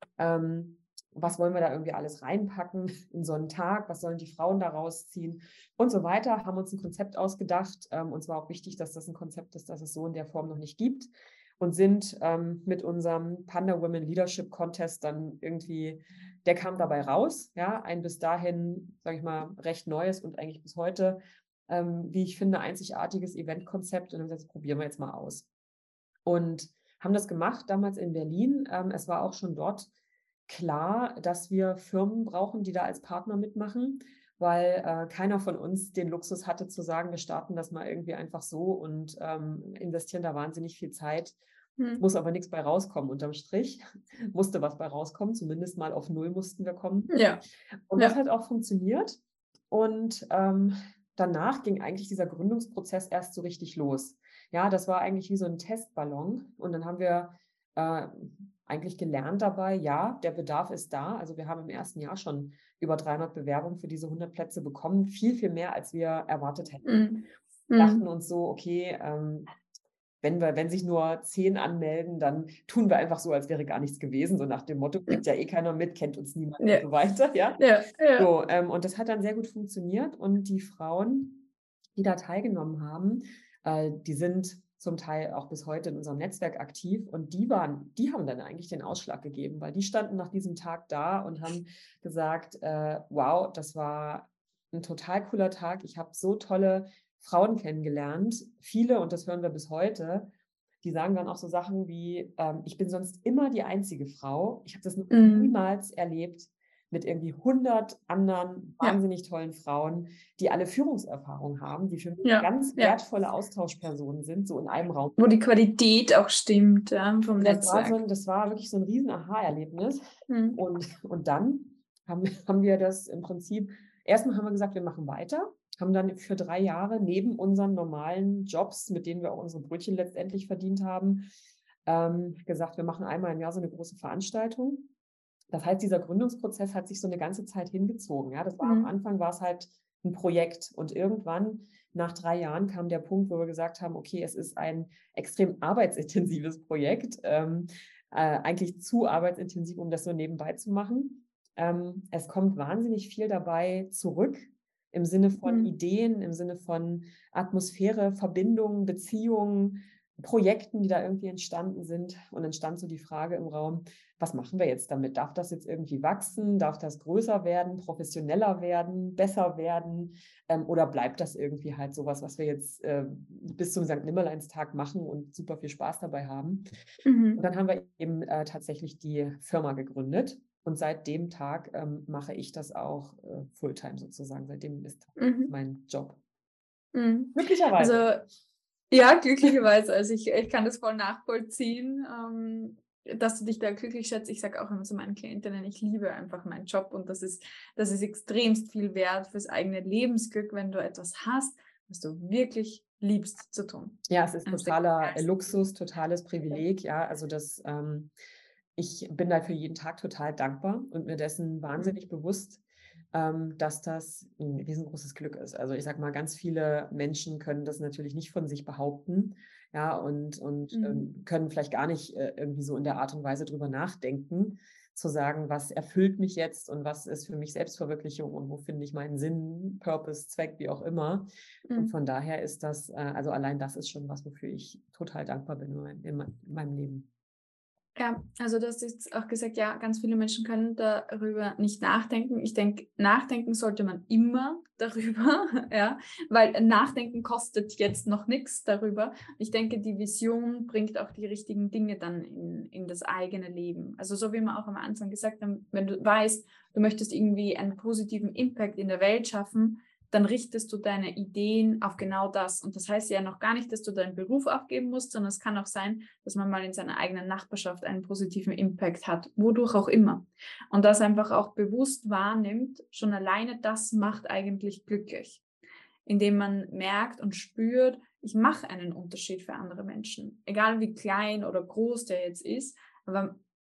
Was wollen wir da irgendwie alles reinpacken in so einen Tag? Was sollen die Frauen da rausziehen? Und so weiter. Haben uns ein Konzept ausgedacht. Uns war auch wichtig, dass das ein Konzept ist, das es so in der Form noch nicht gibt. Und sind mit unserem Panda Women Leadership Contest dann irgendwie, der kam dabei raus. Ja, ein bis dahin, sage ich mal, recht neues und eigentlich bis heute, wie ich finde, einzigartiges Eventkonzept. Und dann haben wir gesagt, probieren wir jetzt mal aus. Und haben das gemacht, damals in Berlin. Es war auch schon dort klar, dass wir Firmen brauchen, die da als Partner mitmachen, weil keiner von uns den Luxus hatte zu sagen, wir starten das mal irgendwie einfach so und investieren da wahnsinnig viel Zeit. Muss aber nichts bei rauskommen. Unterm Strich musste was bei rauskommen, zumindest mal auf 0 mussten wir kommen. Ja. Und das hat auch funktioniert. Und danach ging eigentlich dieser Gründungsprozess erst so richtig los. Ja, das war eigentlich wie so ein Testballon. Und dann haben wir eigentlich gelernt dabei, ja, der Bedarf ist da. Also wir haben im ersten Jahr schon über 300 Bewerbungen für diese 100 Plätze bekommen. Viel, viel mehr, als wir erwartet hätten. Wir dachten uns so, okay, wenn sich nur 10 anmelden, dann tun wir einfach so, als wäre gar nichts gewesen. So nach dem Motto, kriegt ja eh keiner mit, kennt uns niemand und so weiter. Ja? So, und das hat dann sehr gut funktioniert. Und die Frauen, die da teilgenommen haben, die sind zum Teil auch bis heute in unserem Netzwerk aktiv. Und die haben dann eigentlich den Ausschlag gegeben, weil die standen nach diesem Tag da und haben gesagt, wow, das war ein total cooler Tag. Ich habe so tolle Frauen kennengelernt, viele, und das hören wir bis heute, die sagen dann auch so Sachen wie, ich bin sonst immer die einzige Frau. Ich habe das noch niemals erlebt mit irgendwie 100 anderen wahnsinnig tollen Frauen, die alle Führungserfahrung haben, die für mich ganz wertvolle Austauschpersonen sind, so in einem Raum. Wo die Qualität auch stimmt vom Netzwerk. Das war wirklich so ein riesen Aha-Erlebnis. Und dann haben wir das im Prinzip, erstmal haben wir gesagt, wir machen weiter, haben dann für 3 Jahre neben unseren normalen Jobs, mit denen wir auch unsere Brötchen letztendlich verdient haben, gesagt, wir machen einmal im Jahr so eine große Veranstaltung. Das heißt, dieser Gründungsprozess hat sich so eine ganze Zeit hingezogen. Ja, das war am Anfang war es halt ein Projekt und irgendwann nach 3 Jahren kam der Punkt, wo wir gesagt haben, okay, es ist ein extrem arbeitsintensives Projekt, eigentlich zu arbeitsintensiv, um das so nebenbei zu machen. Es kommt wahnsinnig viel dabei zurück im Sinne von Ideen, im Sinne von Atmosphäre, Verbindungen, Beziehungen, Projekten, die da irgendwie entstanden sind. Und dann stand so die Frage im Raum, was machen wir jetzt damit? Darf das jetzt irgendwie wachsen? Darf das größer werden, professioneller werden, besser werden? Oder bleibt das irgendwie halt sowas, was wir jetzt bis zum St. Nimmerleinstag machen und super viel Spaß dabei haben? Und dann haben wir eben tatsächlich die Firma gegründet. Und seit dem Tag mache ich das auch Fulltime sozusagen. Seitdem ist mein Job. Glücklicherweise. Also, ja, glücklicherweise. Also ich kann das voll nachvollziehen, dass du dich da glücklich schätzt. Ich sage auch immer zu meinen Klientinnen, ich liebe einfach meinen Job und das ist extremst viel wert fürs eigene Lebensglück, wenn du etwas hast, was du wirklich liebst zu tun. Ja, es ist totaler Luxus, totales Privileg. Ja, also ich bin dafür jeden Tag total dankbar und mir dessen wahnsinnig bewusst, dass das ein riesengroßes Glück ist. Also ich sage mal, ganz viele Menschen können das natürlich nicht von sich behaupten, ja, und können vielleicht gar nicht irgendwie so in der Art und Weise drüber nachdenken, zu sagen, was erfüllt mich jetzt und was ist für mich Selbstverwirklichung und wo finde ich meinen Sinn, Purpose, Zweck, wie auch immer. Und von daher ist das, also allein das ist schon was, wofür ich total dankbar bin in meinem Leben. Ja, also du hast jetzt auch gesagt, ja, ganz viele Menschen können darüber nicht nachdenken. Ich denke, nachdenken sollte man immer darüber, ja, weil Nachdenken kostet jetzt noch nichts darüber. Ich denke, die Vision bringt auch die richtigen Dinge dann in das eigene Leben. Also so wie wir auch am Anfang gesagt haben, wenn du weißt, du möchtest irgendwie einen positiven Impact in der Welt schaffen, dann richtest du deine Ideen auf genau das. Und das heißt ja noch gar nicht, dass du deinen Beruf aufgeben musst, sondern es kann auch sein, dass man mal in seiner eigenen Nachbarschaft einen positiven Impact hat, wodurch auch immer. Und das einfach auch bewusst wahrnimmt, schon alleine das macht eigentlich glücklich. Indem man merkt und spürt, ich mache einen Unterschied für andere Menschen. Egal wie klein oder groß der jetzt ist, aber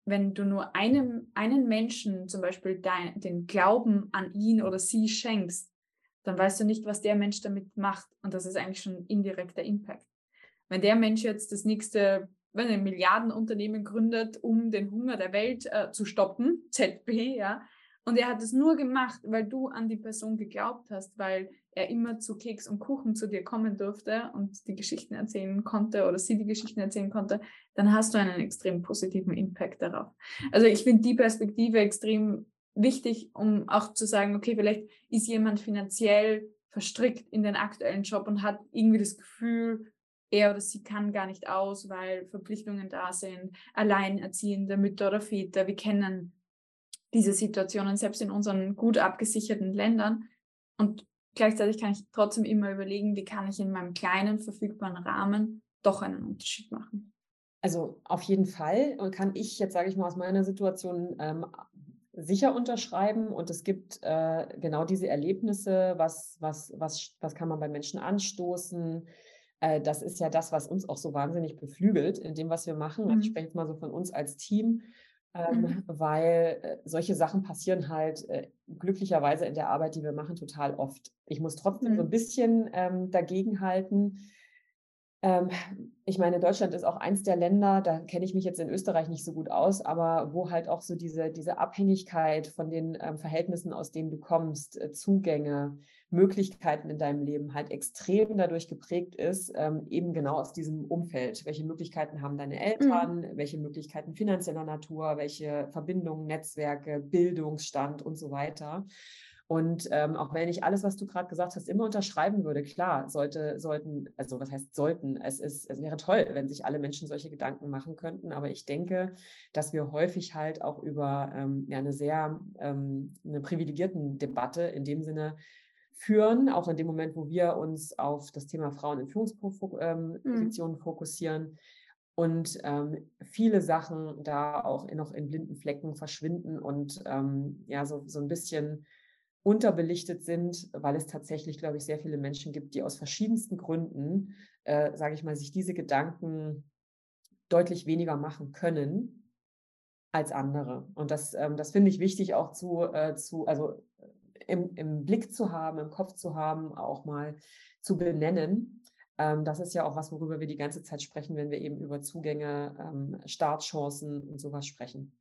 wenn du nur einen Menschen zum Beispiel den Glauben an ihn oder sie schenkst, dann weißt du nicht, was der Mensch damit macht. Und das ist eigentlich schon ein indirekter Impact. Wenn der Mensch jetzt das nächste, wenn er ein Milliardenunternehmen gründet, um den Hunger der Welt zu stoppen, ZB, ja, und er hat es nur gemacht, weil du an die Person geglaubt hast, weil er immer zu Keks und Kuchen zu dir kommen durfte und die Geschichten erzählen konnte oder sie die Geschichten erzählen konnte, dann hast du einen extrem positiven Impact darauf. Also ich finde die Perspektive extrem wichtig, um auch zu sagen, okay, vielleicht ist jemand finanziell verstrickt in den aktuellen Job und hat irgendwie das Gefühl, er oder sie kann gar nicht aus, weil Verpflichtungen da sind, alleinerziehende Mütter oder Väter. Wir kennen diese Situationen selbst in unseren gut abgesicherten Ländern. Und gleichzeitig kann ich trotzdem immer überlegen, wie kann ich in meinem kleinen, verfügbaren Rahmen doch einen Unterschied machen. Also auf jeden Fall und kann ich jetzt, sage ich mal, aus meiner Situation sicher unterschreiben. Und es gibt genau diese Erlebnisse, was kann man bei Menschen anstoßen. Das ist ja das, was uns auch so wahnsinnig beflügelt in dem, was wir machen. Also ich spreche jetzt mal so von uns als Team, weil solche Sachen passieren halt glücklicherweise in der Arbeit, die wir machen, total oft. Ich muss trotzdem so ein bisschen dagegenhalten. Ich meine, Deutschland ist auch eins der Länder, da kenne ich mich jetzt in Österreich nicht so gut aus, aber wo halt auch so diese Abhängigkeit von den Verhältnissen, aus denen du kommst, Zugänge, Möglichkeiten in deinem Leben halt extrem dadurch geprägt ist, eben genau aus diesem Umfeld. Welche Möglichkeiten haben deine Eltern, welche Möglichkeiten finanzieller Natur, welche Verbindungen, Netzwerke, Bildungsstand und so weiter. Und auch wenn ich alles, was du gerade gesagt hast, immer unterschreiben würde, klar, also was heißt sollten, es wäre toll, wenn sich alle Menschen solche Gedanken machen könnten, aber ich denke, dass wir häufig halt auch über eine privilegierten Debatte in dem Sinne führen, auch in dem Moment, wo wir uns auf das Thema Frauen in Führungspositionen fokussieren und viele Sachen da auch noch in blinden Flecken verschwinden und so ein bisschen unterbelichtet sind, weil es tatsächlich, glaube ich, sehr viele Menschen gibt, die aus verschiedensten Gründen, sage ich mal, sich diese Gedanken deutlich weniger machen können als andere. Und das finde ich wichtig auch also im Blick zu haben, im Kopf zu haben, auch mal zu benennen. Das ist ja auch was, worüber wir die ganze Zeit sprechen, wenn wir eben über Zugänge, Startchancen und sowas sprechen.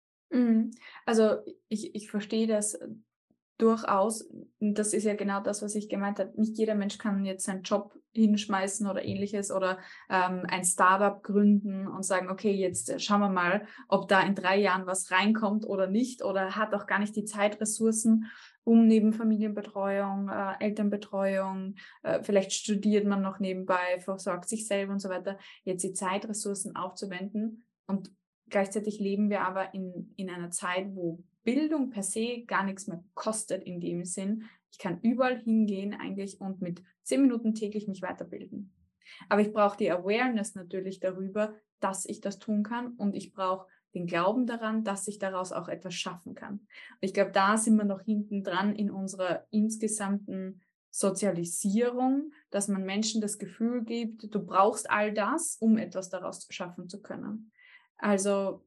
Also ich verstehe das durchaus. Das ist ja genau das, was ich gemeint habe. Nicht jeder Mensch kann jetzt seinen Job hinschmeißen oder ähnliches oder ein Startup gründen und sagen, okay, jetzt schauen wir mal, ob da in 3 Jahren was reinkommt oder nicht, oder hat auch gar nicht die Zeitressourcen, um neben Familienbetreuung, Elternbetreuung, vielleicht studiert man noch nebenbei, versorgt sich selber und so weiter, jetzt die Zeitressourcen aufzuwenden. Und gleichzeitig leben wir aber in einer Zeit, wo Bildung per se gar nichts mehr kostet in dem Sinn. Ich kann überall hingehen eigentlich und mit 10 Minuten täglich mich weiterbilden. Aber ich brauche die Awareness natürlich darüber, dass ich das tun kann, und ich brauche den Glauben daran, dass ich daraus auch etwas schaffen kann. Und ich glaube, da sind wir noch hinten dran in unserer insgesamten Sozialisierung, dass man Menschen das Gefühl gibt, du brauchst all das, um etwas daraus schaffen zu können. Also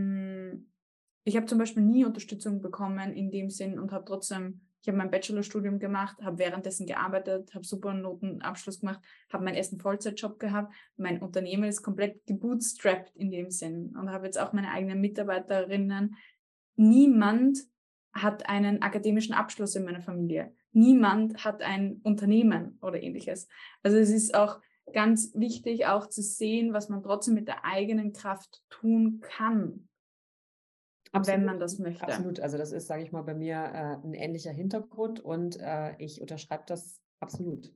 ich habe zum Beispiel nie Unterstützung bekommen in dem Sinn und ich habe mein Bachelorstudium gemacht, habe währenddessen gearbeitet, habe super Notenabschluss gemacht, habe meinen ersten Vollzeitjob gehabt. Mein Unternehmen ist komplett gebootstrapped in dem Sinn und habe jetzt auch meine eigenen Mitarbeiterinnen. Niemand hat einen akademischen Abschluss in meiner Familie. Niemand hat ein Unternehmen oder ähnliches. Also es ist auch ganz wichtig, auch zu sehen, was man trotzdem mit der eigenen Kraft tun kann, wenn man das möchte. Absolut. Also das ist, sage ich mal, bei mir ein ähnlicher Hintergrund und ich unterschreibe das absolut.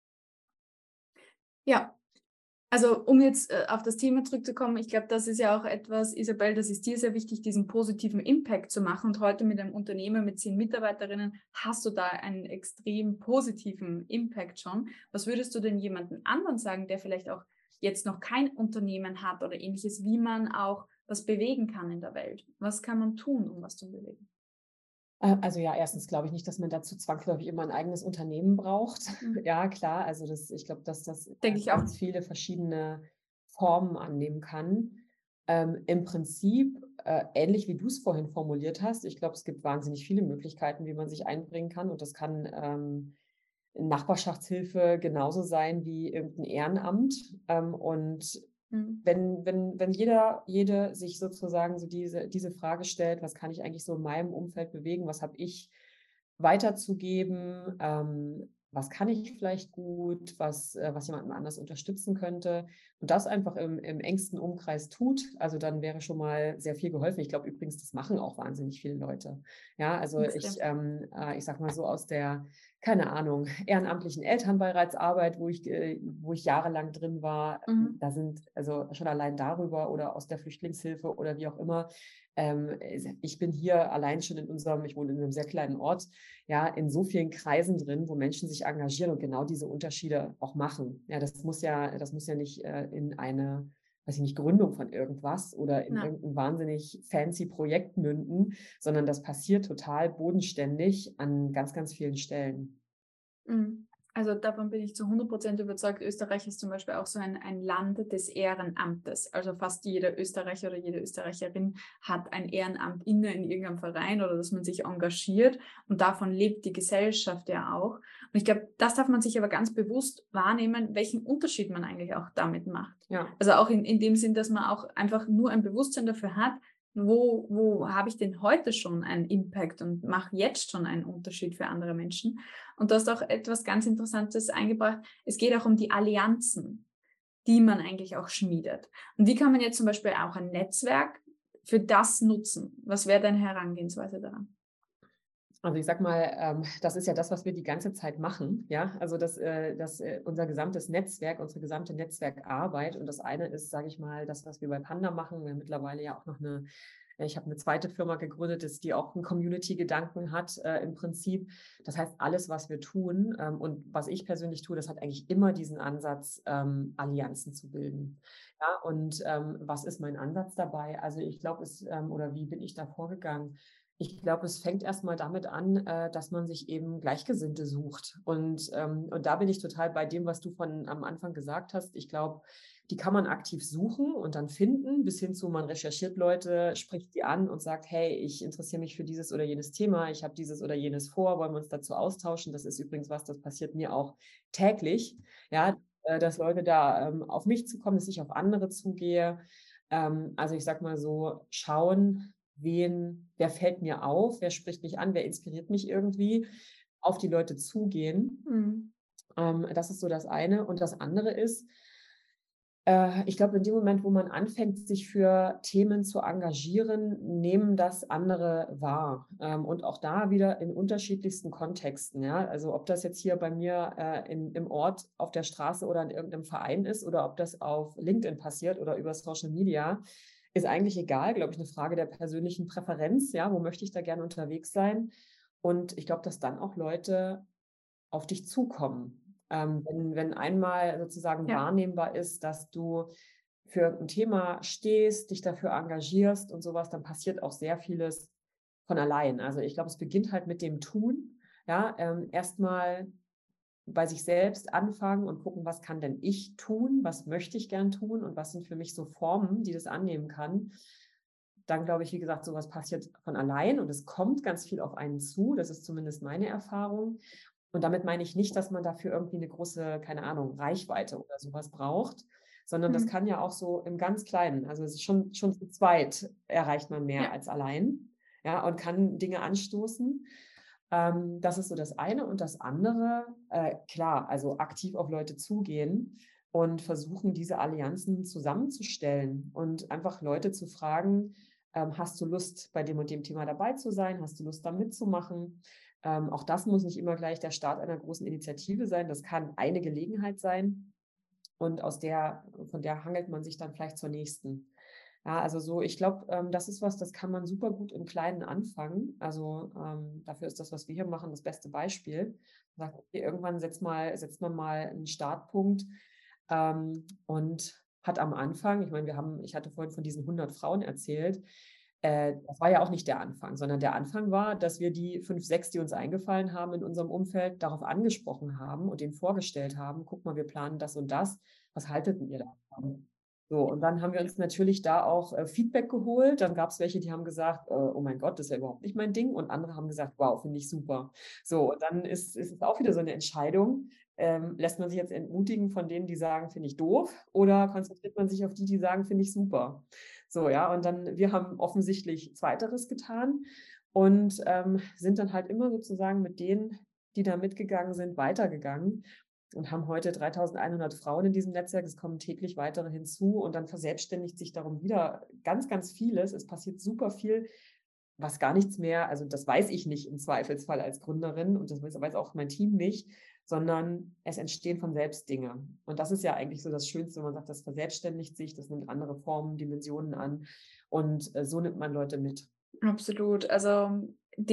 Ja, also um jetzt auf das Thema zurückzukommen, ich glaube, das ist ja auch etwas, Isabel, das ist dir sehr wichtig, diesen positiven Impact zu machen. Und heute mit einem Unternehmen mit 10 Mitarbeiterinnen hast du da einen extrem positiven Impact schon. Was würdest du denn jemandem anderen sagen, der vielleicht auch jetzt noch kein Unternehmen hat oder ähnliches, wie man auch was bewegen kann in der Welt? Was kann man tun, um was zu bewegen? Also ja, erstens glaube ich nicht, dass man dazu zwangsläufig immer ein eigenes Unternehmen braucht. Ja, klar, also ich glaube, dass das Denke ich auch. ganz viele verschiedene Formen annehmen kann. Im Prinzip ähnlich wie du es vorhin formuliert hast. Ich glaube, es gibt wahnsinnig viele Möglichkeiten, wie man sich einbringen kann. Und das kann Nachbarschaftshilfe genauso sein wie irgendein Ehrenamt. Und Mhm. wenn jede sich sozusagen so diese Frage stellt, was kann ich eigentlich so in meinem Umfeld bewegen, was habe ich weiterzugeben, was kann ich vielleicht gut, was jemanden anders unterstützen könnte und das einfach im engsten Umkreis tut, also dann wäre schon mal sehr viel geholfen. Ich glaube übrigens, das machen auch wahnsinnig viele Leute. Ja, also Extrem. ich sage mal so aus der, keine Ahnung, ehrenamtlichen Elternbeiratsarbeit, wo ich jahrelang drin war, Mhm. da sind also schon allein darüber oder aus der Flüchtlingshilfe oder wie auch immer. Ich bin hier allein schon ich wohne in einem sehr kleinen Ort, ja, in so vielen Kreisen drin, wo Menschen sich engagieren und genau diese Unterschiede auch machen. Ja, das muss ja nicht in eine, weiß ich nicht, Gründung von irgendwas oder in Ja. irgendein wahnsinnig fancy Projekt münden, sondern das passiert total bodenständig an ganz, ganz vielen Stellen. Mhm. Also davon bin ich zu 100% überzeugt. Österreich ist zum Beispiel auch so ein Land des Ehrenamtes. Also fast jeder Österreicher oder jede Österreicherin hat ein Ehrenamt inne in irgendeinem Verein oder dass man sich engagiert und davon lebt die Gesellschaft ja auch. Und ich glaube, das darf man sich aber ganz bewusst wahrnehmen, welchen Unterschied man eigentlich auch damit macht. Ja. Also auch in dem Sinn, dass man auch einfach nur ein Bewusstsein dafür hat, wo habe ich denn heute schon einen Impact und mache jetzt schon einen Unterschied für andere Menschen. Und du hast auch etwas ganz Interessantes eingebracht. Es geht auch um die Allianzen, die man eigentlich auch schmiedet. Und wie kann man jetzt zum Beispiel auch ein Netzwerk für das nutzen? Was wäre deine Herangehensweise daran? Also ich sag mal, das ist ja das, was wir die ganze Zeit machen, ja. Also unser gesamtes Netzwerk, unsere gesamte Netzwerkarbeit und das eine ist, sage ich mal, das, was wir bei Panda machen. Wir haben mittlerweile ja auch noch ich habe eine zweite Firma gegründet, die auch einen Community-Gedanken hat, im Prinzip. Das heißt, alles, was wir tun, und was ich persönlich tue, das hat eigentlich immer diesen Ansatz, Allianzen zu bilden. Ja, und was ist mein Ansatz dabei? Also ich glaube, oder wie bin ich da vorgegangen? Ich glaube, es fängt erst mal damit an, dass man sich eben Gleichgesinnte sucht. Und da bin ich total bei dem, was du von am Anfang gesagt hast. Ich glaube, die kann man aktiv suchen und dann finden, bis hin zu, man recherchiert Leute, spricht die an und sagt, hey, ich interessiere mich für dieses oder jenes Thema, ich habe dieses oder jenes vor, wollen wir uns dazu austauschen? Das ist übrigens was, das passiert mir auch täglich, ja, dass Leute da auf mich zukommen, dass ich auf andere zugehe. Also ich sag mal so, schauen, wer fällt mir auf, wer spricht mich an, wer inspiriert mich irgendwie, auf die Leute zugehen. Mhm. Das ist so das eine. Und das andere ist, ich glaube, in dem Moment, wo man anfängt, sich für Themen zu engagieren, nehmen das andere wahr. Und auch da wieder in unterschiedlichsten Kontexten. Ja? Also ob das jetzt hier bei mir im Ort, auf der Straße oder in irgendeinem Verein ist oder ob das auf LinkedIn passiert oder über Social Media, ist eigentlich egal, glaube ich, eine Frage der persönlichen Präferenz. Ja? Wo möchte ich da gerne unterwegs sein? Und ich glaube, dass dann auch Leute auf dich zukommen. Wenn einmal sozusagen Ja. wahrnehmbar ist, dass du für ein Thema stehst, dich dafür engagierst und sowas, dann passiert auch sehr vieles von allein. Also, ich glaube, es beginnt halt mit dem Tun, ja, erst bei sich selbst anfangen und gucken, was kann denn ich tun? Was möchte ich gern tun? Und was sind für mich so Formen, die das annehmen kann? Dann glaube ich, wie gesagt, sowas passiert von allein und es kommt ganz viel auf einen zu. Das ist zumindest meine Erfahrung. Und damit meine ich nicht, dass man dafür irgendwie eine große, keine Ahnung, Reichweite oder sowas braucht, sondern das Mhm. kann ja auch so im ganz Kleinen, also es ist schon zu zweit erreicht man mehr Ja. als allein, ja, und kann Dinge anstoßen. Das ist so das eine. Und das andere, klar, also aktiv auf Leute zugehen und versuchen, diese Allianzen zusammenzustellen und einfach Leute zu fragen, hast du Lust, bei dem und dem Thema dabei zu sein? Hast du Lust, da mitzumachen? Auch das muss nicht immer gleich der Start einer großen Initiative sein. Das kann eine Gelegenheit sein und von der hangelt man sich dann vielleicht zur nächsten. Ja, also so, ich glaube, das ist was, das kann man super gut im Kleinen anfangen. Also dafür ist das, was wir hier machen, das beste Beispiel. Man sagt, okay, irgendwann setzt man mal einen Startpunkt und hat am Anfang, ich meine, ich hatte vorhin von diesen 100 Frauen erzählt, das war ja auch nicht der Anfang, sondern der Anfang war, dass wir die 5, 6, die uns eingefallen haben in unserem Umfeld, darauf angesprochen haben und denen vorgestellt haben, guck mal, wir planen das und das, was haltet ihr davon? So, und dann haben wir uns natürlich da auch Feedback geholt. Dann gab es welche, die haben gesagt, oh mein Gott, das ist ja überhaupt nicht mein Ding. Und andere haben gesagt, wow, finde ich super. So, und dann ist es auch wieder so eine Entscheidung. Lässt man sich jetzt entmutigen von denen, die sagen, finde ich doof, oder konzentriert man sich auf die, die sagen, finde ich super? So, ja, und dann, wir haben offensichtlich Zweiteres getan und sind dann halt immer sozusagen mit denen, die da mitgegangen sind, weitergegangen und haben heute 3.100 Frauen in diesem Netzwerk. Es kommen täglich weitere hinzu und dann verselbstständigt sich darum wieder ganz, ganz vieles. Es passiert super viel, was gar nichts mehr, also das weiß ich nicht im Zweifelsfall als Gründerin und das weiß auch mein Team nicht, sondern es entstehen von selbst Dinge. Und das ist ja eigentlich so das Schönste, wenn man sagt, das verselbstständigt sich, das nimmt andere Formen, Dimensionen an und so nimmt man Leute mit. Absolut. Also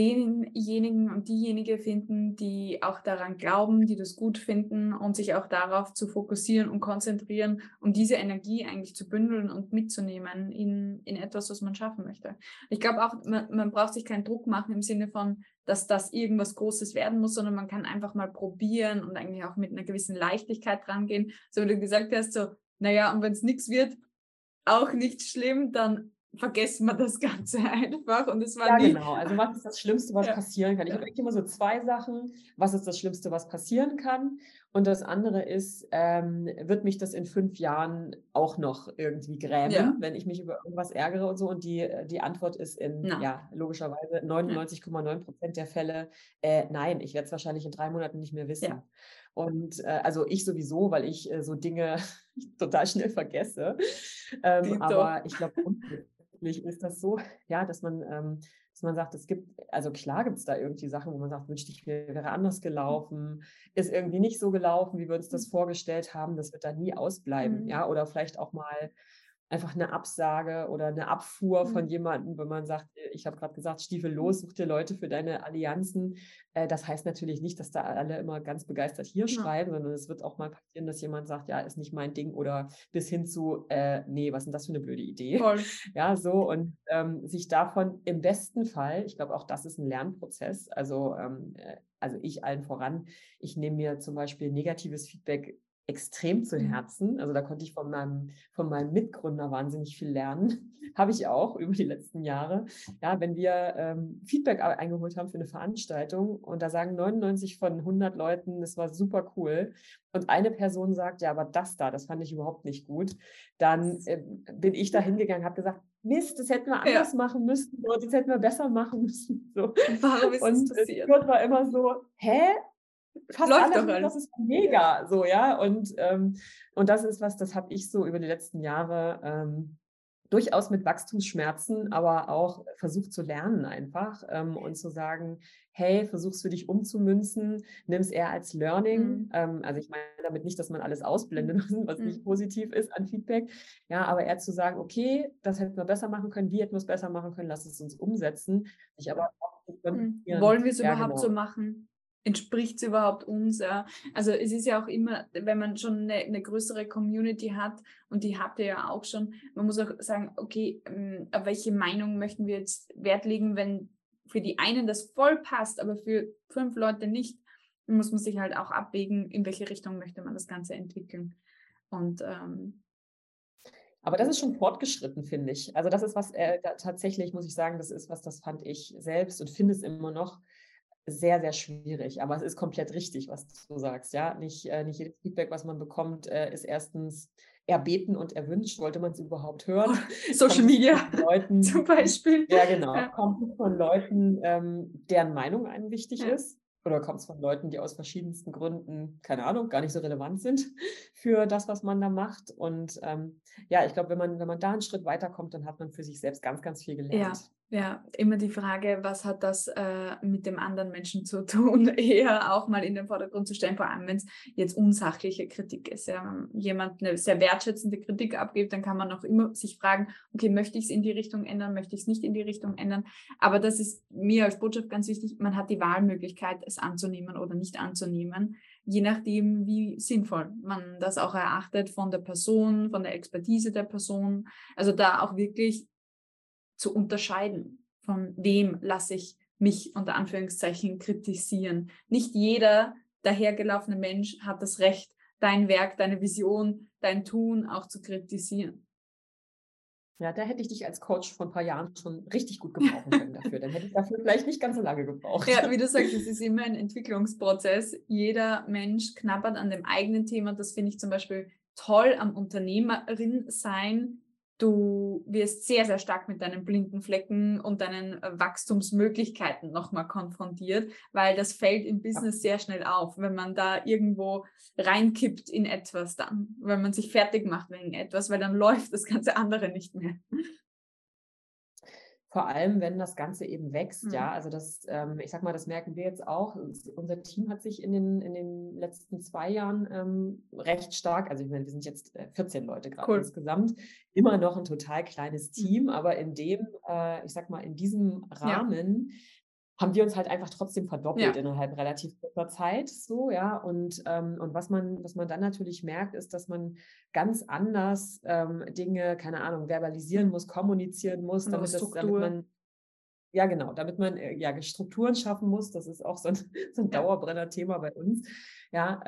denjenigen und diejenige finden, die auch daran glauben, die das gut finden und sich auch darauf zu fokussieren und konzentrieren, um diese Energie eigentlich zu bündeln und mitzunehmen in etwas, was man schaffen möchte. Ich glaube auch, man braucht sich keinen Druck machen im Sinne von, dass das irgendwas Großes werden muss, sondern man kann einfach mal probieren und eigentlich auch mit einer gewissen Leichtigkeit rangehen. So wie du gesagt hast, so, naja, und wenn es nichts wird, auch nicht schlimm, dann vergessen wir das Ganze einfach und es war Ja, nie. genau. Also was ist das Schlimmste, was Ja, passieren kann? Ich habe eigentlich immer so 2 Sachen. Was ist das Schlimmste, was passieren kann? Und das andere ist, wird mich das in 5 Jahren auch noch irgendwie grämen, ja, wenn ich mich über irgendwas ärgere und so? Und die Antwort ist in, na, ja, logischerweise ja, 99,9% der Fälle, nein, ich werde es wahrscheinlich in 3 Monaten nicht mehr ja, wissen. Und also ich sowieso, weil ich so Dinge total schnell vergesse. Dito. Aber ich glaube, grundsätzlich ist das so, ja, dass man sagt, es gibt, also klar gibt es da irgendwie Sachen, wo man sagt, wünschte ich mir, wäre anders gelaufen, ist irgendwie nicht so gelaufen, wie wir uns das vorgestellt haben, das wird da nie ausbleiben, Mhm. ja, oder vielleicht auch mal einfach eine Absage oder eine Abfuhr von Mhm. jemandem, wenn man sagt, ich habe gerade gesagt, Stiefel los, such dir Leute für deine Allianzen. Das heißt natürlich nicht, dass da alle immer ganz begeistert hier Ja, schreiben, sondern es wird auch mal passieren, dass jemand sagt, ja, ist nicht mein Ding oder bis hin zu, nee, was ist denn das für eine blöde Idee? voll. Ja, so und sich davon im besten Fall, ich glaube auch das ist ein Lernprozess, also ich allen voran, ich nehme mir zum Beispiel negatives Feedback extrem zu Mhm. Herzen. Also da konnte ich von meinem Mitgründer wahnsinnig viel lernen. Habe ich auch über die letzten Jahre. Ja, wenn wir Feedback eingeholt haben für eine Veranstaltung und da sagen 99 von 100 Leuten, das war super cool. Und eine Person sagt, ja, aber das da, das fand ich überhaupt nicht gut. Dann bin ich da hingegangen, habe gesagt, Mist, das hätten wir Ja, anders machen müssen, so, das hätten wir besser machen müssen. So. warum ist das Und passiert? Stuart war immer so, hä? Fast Läuft alle doch haben gesagt, alles. das ist mega, so, ja. Und das ist was, das habe ich so über die letzten Jahre durchaus mit Wachstumsschmerzen, aber auch versucht zu lernen einfach und zu sagen, hey, versuch's für dich umzumünzen, nimm es eher als Learning. Mhm. Also ich meine damit nicht, dass man alles ausblendet, was nicht Mhm. positiv ist an Feedback, ja, aber eher zu sagen, okay, das hätten wir besser machen können, wie hätten wir es besser machen können, lass es uns umsetzen, sich aber auch zu Mhm. konzentrieren. Wollen wir es Ja, überhaupt so genau. machen? Entspricht es überhaupt uns? Ja? Also es ist ja auch immer, wenn man schon eine größere Community hat, und die habt ihr ja auch schon, man muss auch sagen, okay, auf welche Meinung möchten wir jetzt Wert legen, wenn für die einen das voll passt, aber für 5 Leute nicht, muss man sich halt auch abwägen, in welche Richtung möchte man das Ganze entwickeln. Und Aber das ist schon fortgeschritten, finde ich. Also das ist was, da tatsächlich muss ich sagen, das ist was, das fand ich selbst und finde es immer noch sehr, sehr schwierig. Aber es ist komplett richtig, was du sagst. Ja, nicht jedes Feedback, was man bekommt, ist erstens erbeten und erwünscht. Wollte man es überhaupt hören? Social Kommt es von Media zum Leuten, Beispiel. ja genau, Ja. kommt es von Leuten, deren Meinung einem wichtig Ja. ist? Oder kommt es von Leuten, die aus verschiedensten Gründen, keine Ahnung, gar nicht so relevant sind für das, was man da macht? Und ja, ich glaube, wenn man da einen Schritt weiterkommt, dann hat man für sich selbst ganz, ganz viel Ja, gelernt. ja, immer die Frage, was hat das mit dem anderen Menschen zu tun, eher auch mal in den Vordergrund zu stellen, vor allem wenn es jetzt unsachliche Kritik ist. Ja. Wenn jemand eine sehr wertschätzende Kritik abgibt, dann kann man auch immer sich fragen, okay, möchte ich es in die Richtung ändern, möchte ich es nicht in die Richtung ändern? Aber das ist mir als Botschaft ganz wichtig, man hat die Wahlmöglichkeit, es anzunehmen oder nicht anzunehmen, je nachdem, wie sinnvoll man das auch erachtet von der Person, von der Expertise der Person. Also da auch wirklich zu unterscheiden, von wem lasse ich mich unter Anführungszeichen kritisieren. Nicht jeder dahergelaufene Mensch hat das Recht, dein Werk, deine Vision, dein Tun auch zu kritisieren. Ja, da hätte ich dich als Coach vor ein paar Jahren schon richtig gut gebrauchen können dafür. Dann hätte ich dafür vielleicht nicht ganz so lange gebraucht. Ja, wie du sagst, es ist immer ein Entwicklungsprozess. Jeder Mensch knabbert an dem eigenen Thema. Das finde ich zum Beispiel toll am Unternehmerin sein. Du wirst sehr, sehr stark mit deinen blinden Flecken und deinen Wachstumsmöglichkeiten nochmal konfrontiert, weil das fällt im Business sehr schnell auf, wenn man da irgendwo reinkippt in etwas dann, wenn man sich fertig macht wegen etwas, weil dann läuft das ganze andere nicht mehr. Vor allem, wenn das Ganze eben wächst, ja, Mhm. also das, ich sag mal, das merken wir jetzt auch. Unser Team hat sich in den letzten 2 Jahren recht stark, also ich meine, wir sind jetzt 14 Leute gerade Cool. insgesamt, immer noch ein total kleines Mhm. Team, aber in dem, ich sag mal, in diesem Ja, Rahmen haben wir uns halt einfach trotzdem verdoppelt ja, innerhalb relativ kurzer Zeit, so, ja. Und was man dann natürlich merkt, ist, dass man ganz anders Dinge, keine Ahnung, verbalisieren muss, kommunizieren muss, andere damit Struktur. man, ja genau, damit man ja Strukturen schaffen muss. Das ist auch so ein Ja. Dauerbrenner-Thema bei uns. Ja,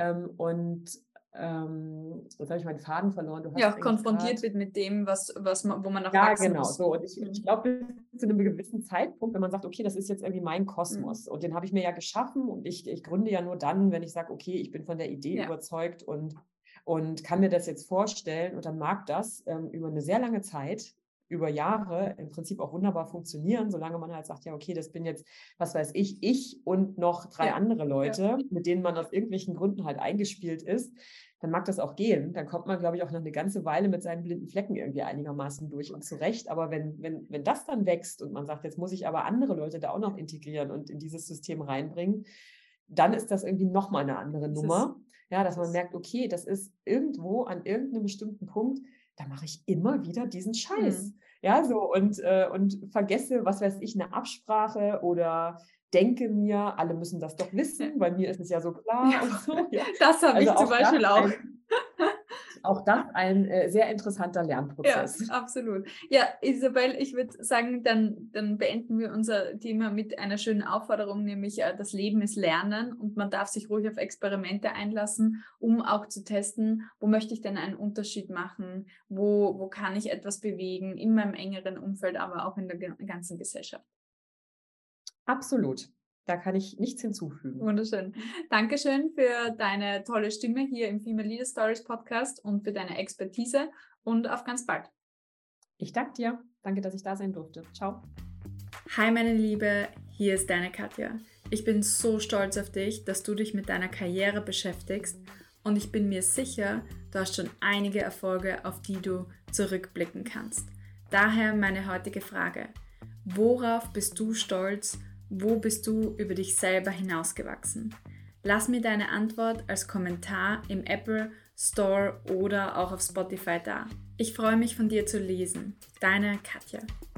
jetzt habe ich meinen Faden verloren. Du Ja, hast auch eigentlich konfrontiert gerade. wird mit dem, wo man noch Ja, wachsen genau. muss. So, und ich Mhm. glaube, bis zu einem gewissen Zeitpunkt, wenn man sagt: „Okay, das ist jetzt irgendwie mein Mhm. Kosmos und den habe ich mir ja geschaffen und ich gründe ja nur dann, wenn ich sage: Okay, ich bin von der Idee Ja, überzeugt und kann mir das jetzt vorstellen“, und dann mag das über eine sehr lange Zeit, über Jahre im Prinzip auch wunderbar funktionieren, solange man halt sagt: „Ja, okay, das bin jetzt, was weiß ich und noch 3 ja, andere ja. Leute, mit denen man aus irgendwelchen Gründen halt eingespielt ist“, dann mag das auch gehen. Dann kommt man, glaube ich, auch noch eine ganze Weile mit seinen blinden Flecken irgendwie einigermaßen durch und zurecht. Aber wenn das dann wächst und man sagt: „Jetzt muss ich aber andere Leute da auch noch integrieren und in dieses System reinbringen“, dann ist das irgendwie noch mal 'ne andere Das ist, Nummer. Ja, dass man das, merkt: „Okay, das ist irgendwo an irgendeinem bestimmten Punkt, da mache ich immer wieder diesen Scheiß.“ mhm. Ja, so und vergesse, was weiß ich, eine Absprache oder denke mir, alle müssen das doch Ja. wissen, bei mir ist es ja so klar und Ja, so, ja. das habe Also ich zum Beispiel auch. auch das ein sehr interessanter Ja, Lernprozess. absolut. Ja, Isabel, ich würde sagen, dann beenden wir unser Thema mit einer schönen Aufforderung, nämlich das Leben ist Lernen und man darf sich ruhig auf Experimente einlassen, um auch zu testen, wo möchte ich denn einen Unterschied machen, wo kann ich etwas bewegen, in meinem engeren Umfeld, aber auch in der ganzen Gesellschaft. Absolut. Da kann ich nichts hinzufügen. Wunderschön. Dankeschön für deine tolle Stimme hier im Female Leader Stories Podcast und für deine Expertise und auf ganz bald. Ich danke dir. Danke, dass ich da sein durfte. Ciao. Hi meine Liebe, hier ist deine Katja. Ich bin so stolz auf dich, dass du dich mit deiner Karriere beschäftigst und ich bin mir sicher, du hast schon einige Erfolge, auf die du zurückblicken kannst. Daher meine heutige Frage: Worauf bist du stolz? Wo bist du über dich selber hinausgewachsen? Lass mir deine Antwort als Kommentar im Apple Store oder auch auf Spotify da. Ich freue mich, von dir zu lesen. Deine Katja.